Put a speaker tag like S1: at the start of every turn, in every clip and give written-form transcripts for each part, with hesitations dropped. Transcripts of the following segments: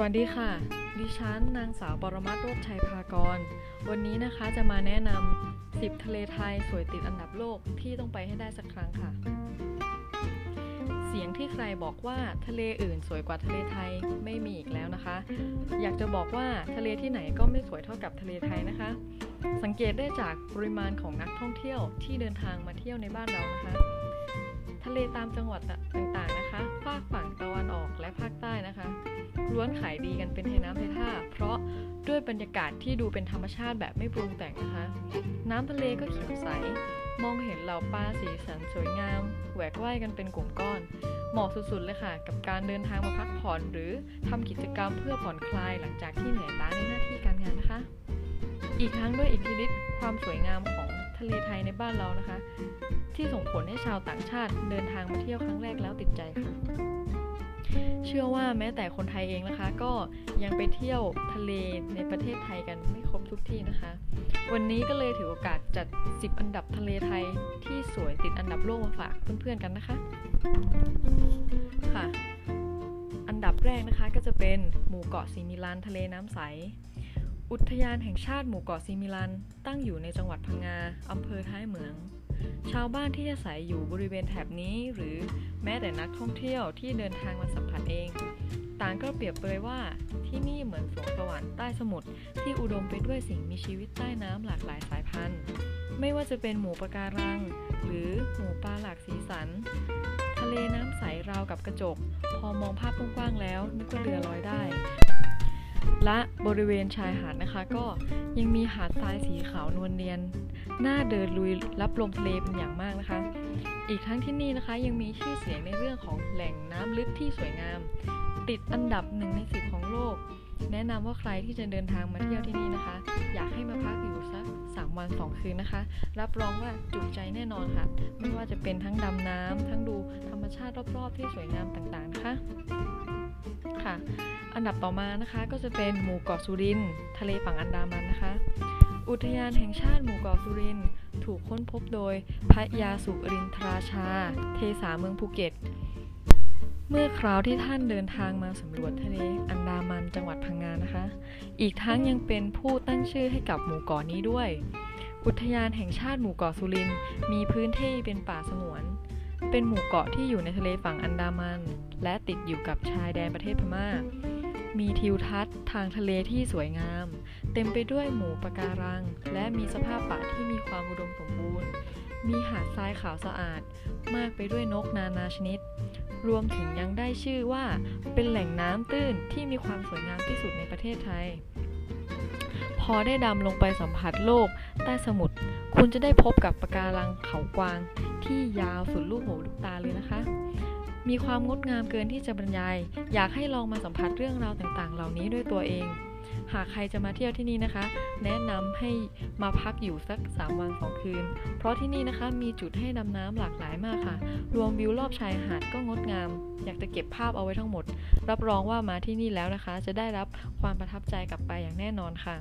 S1: วัสดีค่ะดิฉันนางสาวปรมัตถ์ โรจน์ชัยภากรวันนี้นะคะจะมาแนะนำ10ทะเลไทยสวยติดอันดับโลกที่ต้องไปให้ได้สักครั้งค่ะเสียงที่ใครบอกว่าทะเลอื่นสวยกว่าทะเลไทยไม่มีอีกแล้วนะคะอยากจะบอกว่าทะเลที่ไหนก็ไม่สวยเท่ากับทะเลไทยนะคะสังเกตได้จากปริมาณของนักท่องเที่ยวที่เดินทางมาเที่ยวในบ้านเรานะคะทะเลตามจังหวัดต่างๆนะคะภาคฝั่งตะวันออกและภาคใต้นะคะล้วนขายดีกันเป็นเทน้ำเทท่าเพราะด้วยบรรยากาศที่ดูเป็นธรรมชาติแบบไม่ปรุงแต่งนะคะน้ำทะเลก็เขียวใสมองเห็นเหล่าปลาสีสันสวยงามแหวกว่ายกันเป็นกลุ่มก้อนเหมาะสุดๆเลยค่ะกับการเดินทางมาพักผ่อนหรือทำกิจกรรมเพื่อผ่อนคลายหลังจากที่เหนื่อยล้าในหน้าที่การงานนะคะอีกทั้งด้วยอิทธิฤทธิ์ความสวยงามของทะเลไทยในบ้านเรานะคะที่ส่งผลให้ชาวต่างชาติเดินทางมาเที่ยวครั้งแรกแล้วติดใจค่ะเชื่อว่าแม้แต่คนไทยเองนะคะก็ยังไปเที่ยวทะเลในประเทศไทยกันไม่ครบทุกที่นะคะวันนี้ก็เลยถือโอกาสจัด10อันดับทะเลไทยที่สวยติดอันดับโลกมาฝากเพื่อนๆกันนะคะค่ะอันดับแรกนะคะก็จะเป็นหมู่เกาะสีมิลันทะเลน้ำใสอุทยานแห่งชาติหมู่เกาะสีมิลันตั้งอยู่ในจังหวัดพังงาอำเภอท้ายเหมืองชาวบ้านที่อาศัยอยู่บริเวณแถบนี้หรือแม้แต่นักท่องเที่ยวที่เดินทางมาสัมผัสเองต่างก็เปรียบเปรยว่าที่นี่เหมือนสวงสวรรค์ใต้สมุทรที่อุดมไปด้วยสิ่งมีชีวิตใต้น้ำหลากหลายสายพันธุ์ไม่ว่าจะเป็นหมู่ปะการังหรือหมู่ปลาหลากสีสันทะเลน้ำใสราวกับกระจกพอมองภาพกว้างๆแล้วนึกว่าเรือลอยได้และบริเวณชายหาดนะคะก็ยังมีหาดทรายสีขาวนวลเนียนน่าเดินลุยรับลมทะเลเป็นอย่างมากนะคะอีกทั้งที่นี่นะคะยังมีชื่อเสียงในเรื่องของแหล่งน้ำลึกที่สวยงามติดอันดับ1 ใน 10ของโลกแนะนำว่าใครที่จะเดินทางมาเที่ยวที่นี่นะคะอยากให้มาพักอยู่สัก3 วัน 2 คืนนะคะรับรองว่าจุใจแน่นอนค่ะไม่ว่าจะเป็นทั้งดำน้ำทั้งดูธรรมชาติรอบๆที่สวยงามต่างๆนะคะค่ะอันดับต่อมานะคะก็จะเป็นหมู่เกาะสุรินทร์ทะเลฝั่งอันดามันนะคะอุทยานแห่งชาติหมู่เกาะสุรินทร์ถูกค้นพบโดยพระยาสุรินทราชาเทสาเมืองภูเก็ตเมื่อคราวที่ท่านเดินทางมาสำรวจทะเลอันดามันจังหวัดพังงานะคะอีกทั้งยังเป็นผู้ตั้งชื่อให้กับหมู่เกาะนี้ด้วยอุทยานแห่งชาติหมู่เกาะสุรินทร์มีพื้นที่เป็นป่าสงวนเป็นหมู่เกาะที่อยู่ในทะเลฝั่งอันดามันและติดอยู่กับชายแดนประเทศพม่ามีทิวทัศน์ทางทะเลที่สวยงามเต็มไปด้วยหมู่ปะการังและมีสภาพป่าที่มีความอุดมสมบูรณ์มีหาดทรายขาวสะอาดมากไปด้วยนกนานาชนิดรวมถึงยังได้ชื่อว่าเป็นแหล่งน้ำตื้นที่มีความสวยงามที่สุดในประเทศไทยพอได้ดำลงไปสัมผัสโลกใต้สมุทรคุณจะได้พบกับปะการังเขากวางที่ยาวสุดลูกหูลูกตาเลยนะคะมีความงดงามเกินที่จะบรรยายอยากให้ลองมาสัมผัสเรื่องราวต่างๆเหล่านี้ด้วยตัวเองหากใครจะมาเที่ยวที่นี่นะคะแนะนำให้มาพักอยู่สัก3 วัน 2 คืนเพราะที่นี่นะคะมีจุดให้ดำน้ำหลากหลายมากค่ะรวมวิวรอบชายหาดก็งดงามอยากจะเก็บภาพเอาไว้ทั้งหมดรับรองว่ามาที่นี่แล้วนะคะจะได้รับความประทับใจกลับไปอย่างแน่นอนค่ะ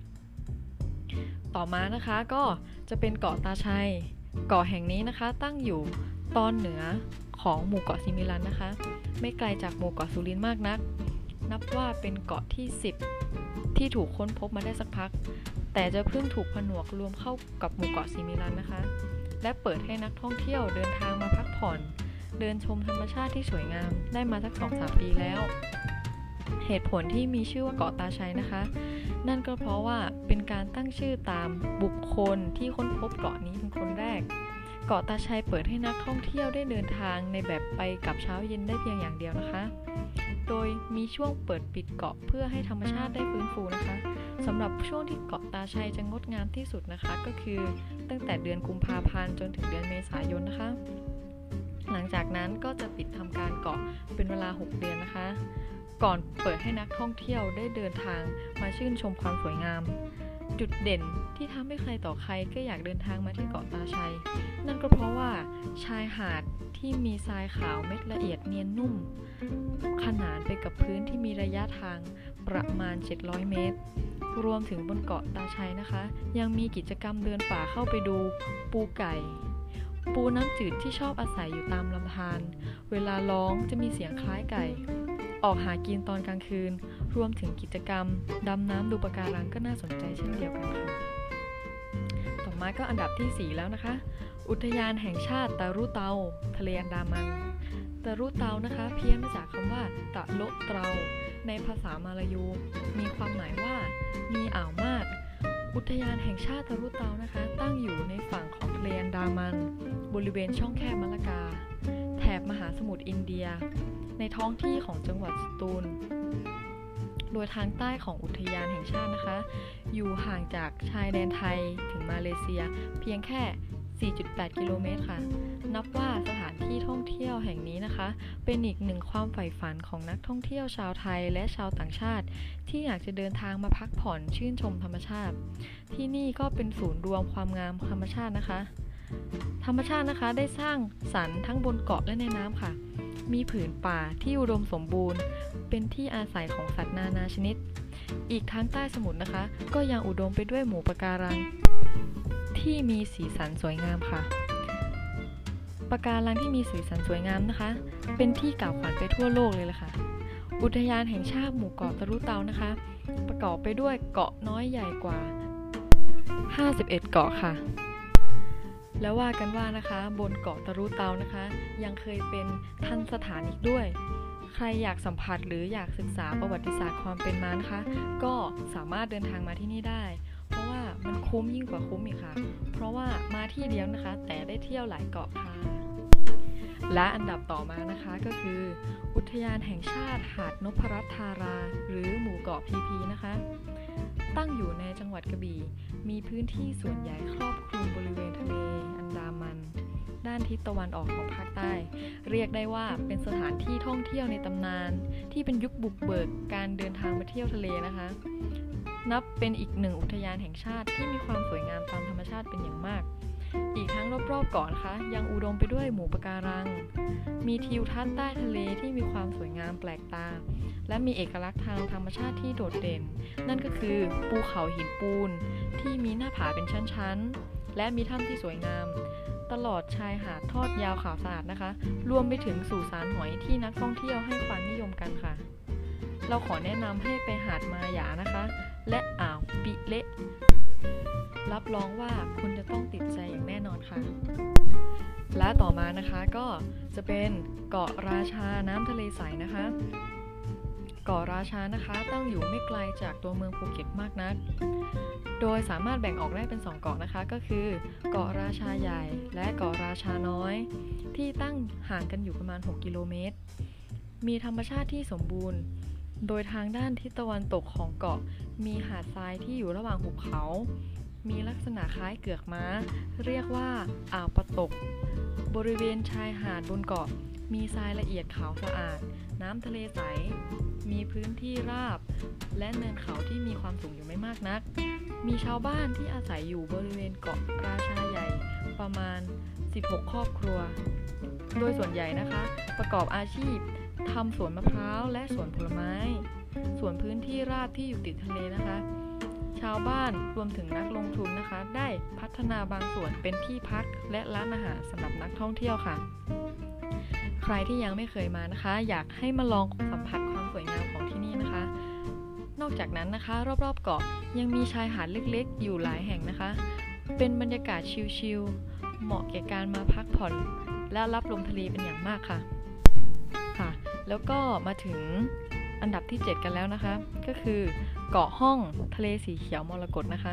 S1: ต่อมานะคะก็จะเป็นเกาะตาชัยเกาะแห่งนี้นะคะตั้งอยู่ตอนเหนือของหมู่เกาะสีมิลันนะคะไม่ไกลจากหมู่เกาะสุรินทร์มากนักนับว่าเป็นเกาะที่10ที่ถูกค้นพบมาได้สักพักแต่จะเพิ่งถูกผนวกรวมเข้ากับหมู่เกาะสีมิลันนะคะและเปิดให้นักท่องเที่ยวเดินทางมาพักผ่อนเดินชมธรรมชาติที่สวยงามได้มาสัก 2-3 ปีแล้วเหตุผลที่มีชื่อว่าเกาะตาชัยนะคะนั่นก็เพราะว่าเป็นการตั้งชื่อตามบุคคลที่ค้นพบเกาะนี้เป็นคนแรกเกาะตาชัยเปิดให้นักท่องเที่ยวได้เดินทางในแบบไปกับเช้าเย็นได้เพียงอย่างเดียวนะคะโดยมีช่วงเปิดปิดเกาะเพื่อให้ธรรมชาติได้ฟื้นฟูนะคะสำหรับช่วงที่เกาะตาชัยจะงดงามที่สุดนะคะก็คือตั้งแต่เดือนกุมภาพันธ์จนถึงเดือนเมษายนนะคะหลังจากนั้นก็จะปิดทำการเกาะเป็นเวลา6 เดือนนะคะก่อนเปิดให้นักท่องเที่ยวได้เดินทางมาชื่นชมความสวยงามจุดเด่นที่ทำให้ใครต่อใครก็อยากเดินทางมาที่เกาะตาชัยนั่นก็เพราะว่าชายหาดที่มีทรายขาวเม็ดละเอียดเนียนนุ่มขนานไปกับพื้นที่มีระยะทางประมาณ700 เมตรรวมถึงบนเกาะตาชัยนะคะยังมีกิจกรรมเดินป่าเข้าไปดูปูไก่ปูน้ำจืดที่ชอบอาศัยอยู่ตามลำธารเวลาร้องจะมีเสียงคล้ายไก่ออกหากินตอนกลางคืนรวมถึงกิจกรรมดำน้ำดูปะการังก็น่าสนใจเช่นเดียวกันค่ะต่อมาก็อันดับที่ 4แล้วนะคะอุทยานแห่งชาติตารุเตาทะเลอันดามันตารุเตานะคะเพี้ยนมาจากคำว่าตะโละเตาในภาษามาลายูมีความหมายว่ามีอ่าวมากอุทยานแห่งชาติตารุเตานะคะตั้งอยู่ในฝั่งของทะเลอันดามันบริเวณช่องแคบมะละกาแถบมหาสมุทรอินเดียในท้องที่ของจังหวัดสตูลโดยทางใต้ของอุทยานแห่งชาตินะคะอยู่ห่างจากชายแดนไทยถึงมาเลเซียเพียงแค่ 4.8 กิโลเมตรค่ะนับว่าสถานที่ท่องเที่ยวแห่งนี้นะคะเป็นอีกหนึ่งความใฝ่ฝันของนักท่องเที่ยวชาวไทยและชาวต่างชาติที่อยากจะเดินทางมาพักผ่อนชื่นชมธรรมชาติที่นี่ก็เป็นศูนย์รวมความงามธรรมชาตินะคะได้สร้างสรรค์ทั้งบนเกาะและในน้ำค่ะมีผืนป่าที่อุดมสมบูรณ์เป็นที่อาศัยของสัตว์นานาชนิดอีกทั้งใต้สมุทรนะคะก็ยังอุดมไปด้วยหมู่ปะการังที่มีสีสันสวยงามค่ะปะการังที่มีสีสันสวยงามนะคะเป็นที่กล่าวขวัญไปทั่วโลกเลยล่ะค่ะอุทยานแห่งชาติหมู่เกาะตะรุเตานะคะประกอบไปด้วยเกาะน้อยใหญ่กว่า51เกาะค่ะแล้วว่ากันว่านะคะบนเกาะตะรุเตานะคะยังเคยเป็นทัณฑสถานอีกด้วยใครอยากสัมผัสหรืออยากศึกษาประวัติศาสตร์ความเป็นมานะคะก็สามารถเดินทางมาที่นี่ได้เพราะว่ามันคุ้มยิ่งกว่าคุ้มอีกค่ะเพราะว่ามาที่เดียวนะคะแต่ได้เที่ยวหลายเกาะค่ะและอันดับต่อมานะคะก็คืออุทยานแห่งชาติหาดนพรัตน์ธาราหรือหมู่เกาะพีพีนะคะตั้งอยู่ในจังหวัดกระบี่มีพื้นที่ส่วนใหญ่ครอบคลุมบริเวณทะเลอันดามันด้านทิศตะวันออกของภาคใต้เรียกได้ว่าเป็นสถานที่ท่องเที่ยวในตำนานที่เป็นยุคบุกเบิกการเดินทางมาเที่ยวทะเลนะคะนับเป็นอีกหนึ่งอุทยานแห่งชาติที่มีความสวยงามตามธรรมชาติเป็นอย่างมากอีกทั้งรอบๆเกาะนะคะยังอุดมไปด้วยหมู่ปะการังมีทิวทัศน์ใต้ทะเลที่มีความสวยงามแปลกตาและมีเอกลักษณ์ทางธรรมชาติที่โดดเด่นนั่นก็คือภูเขาหินปูนที่มีหน้าผาเป็นชั้นๆและมีถ้ำที่สวยงามตลอดชายหาดทอดยาวขาวสะอาดนะคะรวมไปถึงสุสานหอยที่นักท่องเที่ยวให้ความนิยมกันค่ะเราขอแนะนำให้ไปหาดมาหยานะคะและอ่าวปิเละรับรองว่าคุณจะต้องติดใจอย่างแน่นอนค่ะและต่อมานะคะก็จะเป็นเกาะราชาน้ำทะเลใสนะคะเกาะราชานะคะตั้งอยู่ไม่ไกลจากตัวเมืองภูเก็ตมากนักโดยสามารถแบ่งออกได้เป็น2เกาะนะคะก็คือเกาะราชาใหญ่และเกาะราชาน้อยที่ตั้งห่างกันอยู่ประมาณ6 กิโลเมตรมีธรรมชาติที่สมบูรณ์โดยทางด้านทิศตะวันตกของเกาะมีหาดทรายที่อยู่ระหว่างหุบเขามีลักษณะคล้ายเกือกม้าเรียกว่าอ่าวปะตกบริเวณชายหาดบนเกาะมีทรายละเอียดขาวสะอาดน้ำทะเลใสมีพื้นที่ราบและเนินเขาที่มีความสูงอยู่ไม่มากนักมีชาวบ้านที่อาศัยอยู่บริเวณเกาะราชาใหญ่ประมาณ16ครอบครัวโดยส่วนใหญ่นะคะประกอบอาชีพทำสวนมะพร้าวและสวนผลไม้ส่วนพื้นที่ราบที่อยู่ติดทะเลนะคะชาวบ้านรวมถึงนักลงทุนนะคะได้พัฒนาบางส่วนเป็นที่พักและร้านอาหารสำหรับนักท่องเที่ยวค่ะใครที่ยังไม่เคยมานะคะอยากให้มาลองสัมผัสความสวยงามของที่นี่นะคะนอกจากนั้นนะคะรอบๆเกาะยังมีชายหาดเล็กๆอยู่หลายแห่งนะคะเป็นบรรยากาศชิลๆเหมาะแก่การมาพักผ่อนและรับลมทะเลเป็นอย่างมากค่ะแล้วก็มาถึงอันดับที่7กันแล้วนะคะก็คือเกาะห้องทะเลสีเขียวมรกตนะคะ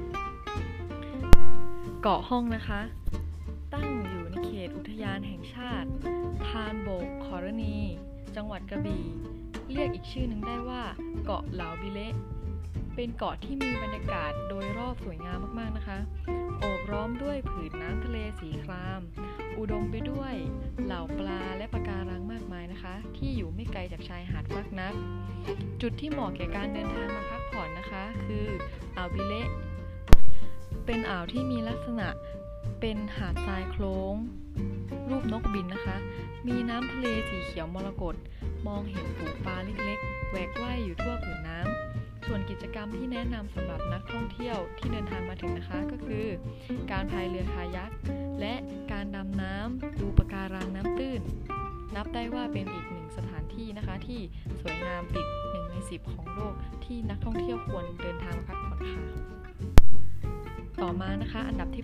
S1: เกาะห้องนะคะตั้งอยู่ในเขตอุทยานแห่งชาติธารโบกขอรณีจังหวัดกระบี่เรียกอีกชื่อหนึ่งได้ว่าเกาะเหลาบิเละเป็นเกาะที่มีบรรยากาศโดยรอบสวยงามมากๆนะคะโอบล้อมด้วยผืนน้ำทะเลสีครามอุดมไปด้วยเหล่าปลาและปะการังมากมายนะคะที่อยู่ไม่ไกลจากชายหาดมากนักจุดที่เหมาะแก่การเดินทางมาพักผ่อนนะคะคืออ่าวบิเละเป็นอ่าวที่มีลักษณะเป็นหาดทรายโคลงรูปนกบินนะคะมีน้ำทะเลสีเขียวมรกตมองเห็นฝูงปลาเล็กๆแหวกว่ายอยู่ทั่วผืนน้ำส่วนกิจกรรมที่แนะนำสำหรับนักท่องเที่ยวที่เดินทางมาถึงนะคะก็คือการพายเรือคายัคและการดำน้ำดูปะการังน้ำตื้นนับได้ว่าเป็นอีกหนึ่งสถานที่นะคะที่สวยงามติด1 ใน 10ของโลกที่นักท่องเที่ยวควรเดินทางมาพักผ่อนค่ะต่อมานะคะอันดับที่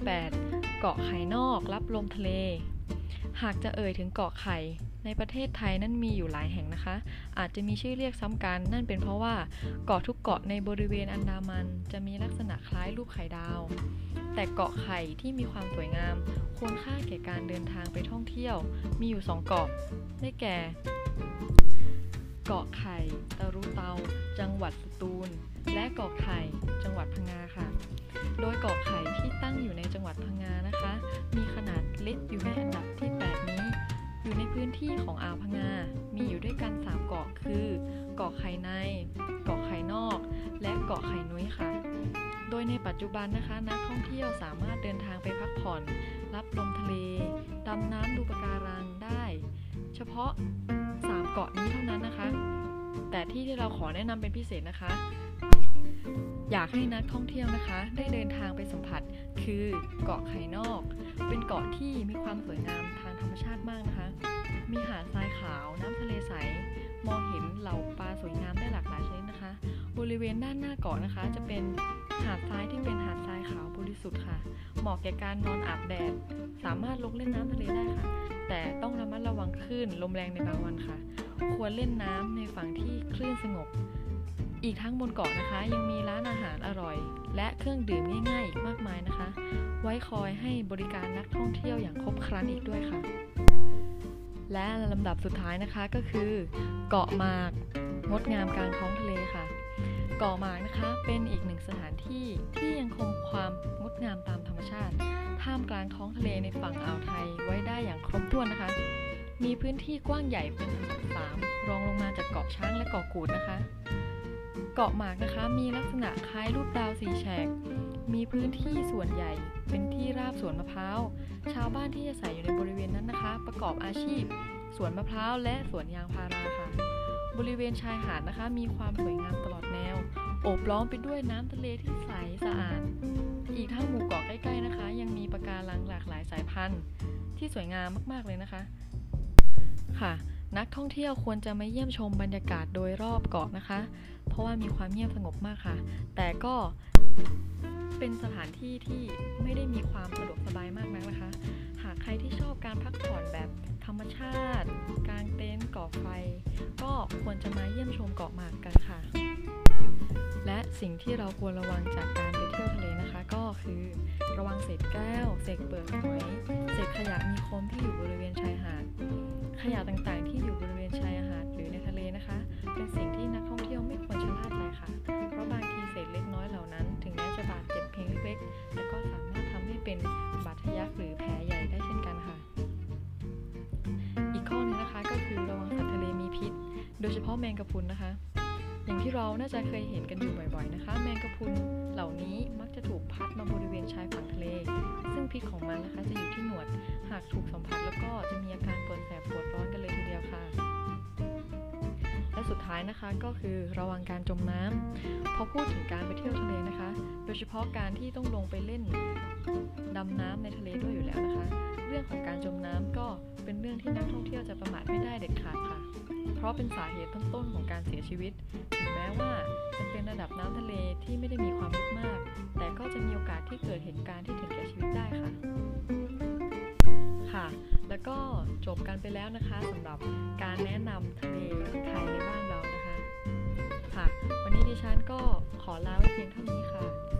S1: 8 เกาะไข่นอกรับลมทะเลหากจะเอ่ยถึงเกาะไข่ในประเทศไทยนั้นมีอยู่หลายแห่งนะคะอาจจะมีชื่อเรียกซ้ำกันนั่นเป็นเพราะว่าเกาะทุกเกาะในบริเวณอันดามันจะมีลักษณะคล้ายรูปไข่ดาวแต่เกาะไข่ที่มีความสวยงามควรค่าแก่การเดินทางไปท่องเที่ยวมีอยู่2เกาะได้แก่เกาะไข่ตะรุเตาจังหวัดสตูลและเกาะไข่จังหวัดพังงาค่ะโดยเกาะไข่ที่ตั้งอยู่ในจังหวัดพังงานะคะมีขนาดเล็กอยู่ในอันดับที่ 8 นี้อยู่ในพื้นที่ของอ่าวพังงามีอยู่ด้วยกัน3เกาะคือเกาะไข่ในเกาะไข่นอกและเกาะไข่นุ้ยค่ะโดยในปัจจุบันนะคะนักท่องเที่ยวสามารถเดินทางไปพักผ่อนรับลมทะเลดำน้ำดูปะการังได้เฉพาะ3เกาะนี้เท่านั้นนะคะแต่ที่เราขอแนะนำเป็นพิเศษนะคะอยากให้นักท่องเที่ยวนะคะได้เดินทางไปสัมผัสคือเกาะไข่นอกเป็นเกาะที่มีความสวยงามทางธรรมชาติมากนะคะมีหาดทรายขาวน้ำทะเลใสมองเห็นเหล่าปลาสวยงามได้หลากหลายชนิดนะคะบริเวณด้านหน้าเกาะนะคะจะเป็นหาดทรายที่เป็นหาดทรายขาวบริสุทธิ์ค่ะเหมาะแก่การนอนอาบแดดสามารถลงเล่นน้ำทะเลได้ค่ะแต่ต้องระมัดระวังคลื่นลมแรงในบางวันค่ะควรเล่นน้ำในฝั่งที่คลื่นสงบอีกทั้งบนเกาะนะคะยังมีร้านอาหารอร่อยและเครื่องดื่มง่ายๆอีกมากมายนะคะไว้คอยให้บริการนักท่องเที่ยวอย่างครบครันอีกด้วยค่ะและลำดับสุดท้ายนะคะก็คือเกาะหมากงดงามกลางท้องทะเลค่ะเกาะหมากนะคะเป็นอีกหนึ่งสถานที่ที่ยังคงความงดงามตามธรรมชาติท่ามกลางท้องทะเลในฝั่งอ่าวไทยไว้ได้อย่างครบถ้วนนะคะมีพื้นที่กว้างใหญ่เป็นอันดับ3รองลงมาจากเกาะช้างและเกาะกูดนะคะเกาะหมากนะคะมีลักษณะคล้ายรูปดาว4 แฉกมีพื้นที่ส่วนใหญ่เป็นที่ราบสวนมะพร้าวชาวบ้านที่อาศัยอยู่ในบริเวณนั้นนะคะประกอบอาชีพสวนมะพร้าวและสวนยางพาราค่ะบริเวณชายหาดนะคะมีความสวยงามตลอดแนวโอบล้อมไปด้วยน้ำทะเลที่ใสสะอาดอีกทั้งหมู่เกาะใกล้ๆนะคะยังมีปะการังหลากหลายสายพันธุ์ที่สวยงามมากๆเลยนะคะค่ะนักท่องเที่ยวควรจะมาเยี่ยมชมบรรยากาศโดยรอบเกาะนะคะเพราะว่ามีความเงียบสงบมากค่ะแต่ก็เป็นสถานที่ที่ไม่ได้มีความสะดวกสบายมากนักนะคะหากใครที่ชอบการพักผ่อนแบบธรรมชาติกางเต็นท์ก่อไฟก็ควรจะมาเยี่ยมชมเกาะหมากกันค่ะและสิ่งที่เราควรระวังจากการไปเที่ยวทะเลนะคะก็คือระวังเศษแก้วเศษเปลือกหอยเศษขยะมีคมที่อยู่บริเวณชายหาดขยะต่างๆที่อยู่บริเวณชายหาดหรือในทะเลนะคะเป็นสิ่งที่นักท่องเที่ยวไม่ควรชะล่าใจค่ะเพราะบางทีเศษเล็กน้อยเหล่านั้นถึงแม้จะบาดเจ็บเพียงเล็กๆแต่ก็สามารถทำให้เป็นบาดทะยักหรือแผลใหญ่ได้เช่นกันค่ะอีกข้อนึงนะคะก็คือระวังสัตว์ทะเลมีพิษโดยเฉพาะแมงกะพรุนนะคะอย่างที่เราน่าจะเคยเห็นกันอยู่บ่อยๆนะคะแมงกะพรุนเหล่านี้มักจะถูกพัดมาบริเวณชายฝั่งทะเลซึ่งพิษของมันนะคะจะอยู่ที่หนวดหากถูกสัมผัสแล้วก็จะมีอาการปวดแสบปวดร้อนกันเลยทีเดียวค่ะและสุดท้ายนะคะก็คือระวังการจมน้ำพอพูดถึงการไปเที่ยวทะเลนะคะโดยเฉพาะการที่ต้องลงไปเล่นดำน้ำในทะเลด้วยอยู่แล้วนะคะเรื่องของการจมน้ำก็เป็นเรื่องที่นักท่องเที่ยวจะประมาทไม่ได้เด็ดขาดค่ะเพราะเป็นสาเหตุต้นๆของการเสียชีวิตถึงแม้ว่าจะเป็นระดับน้ำทะเลที่ไม่ได้มีความลึกมากแต่ก็จะมีโอกาสที่เกิดเหตุการณ์ที่ถึงแก่ชีวิตได้ค่ะแล้วก็จบกันไปแล้วนะคะสำหรับการแนะนำทะเลไทยในบ้านเรานะคะค่ะวันนี้ดิฉันก็ขอลาไว้เพียงเท่านี้ค่ะ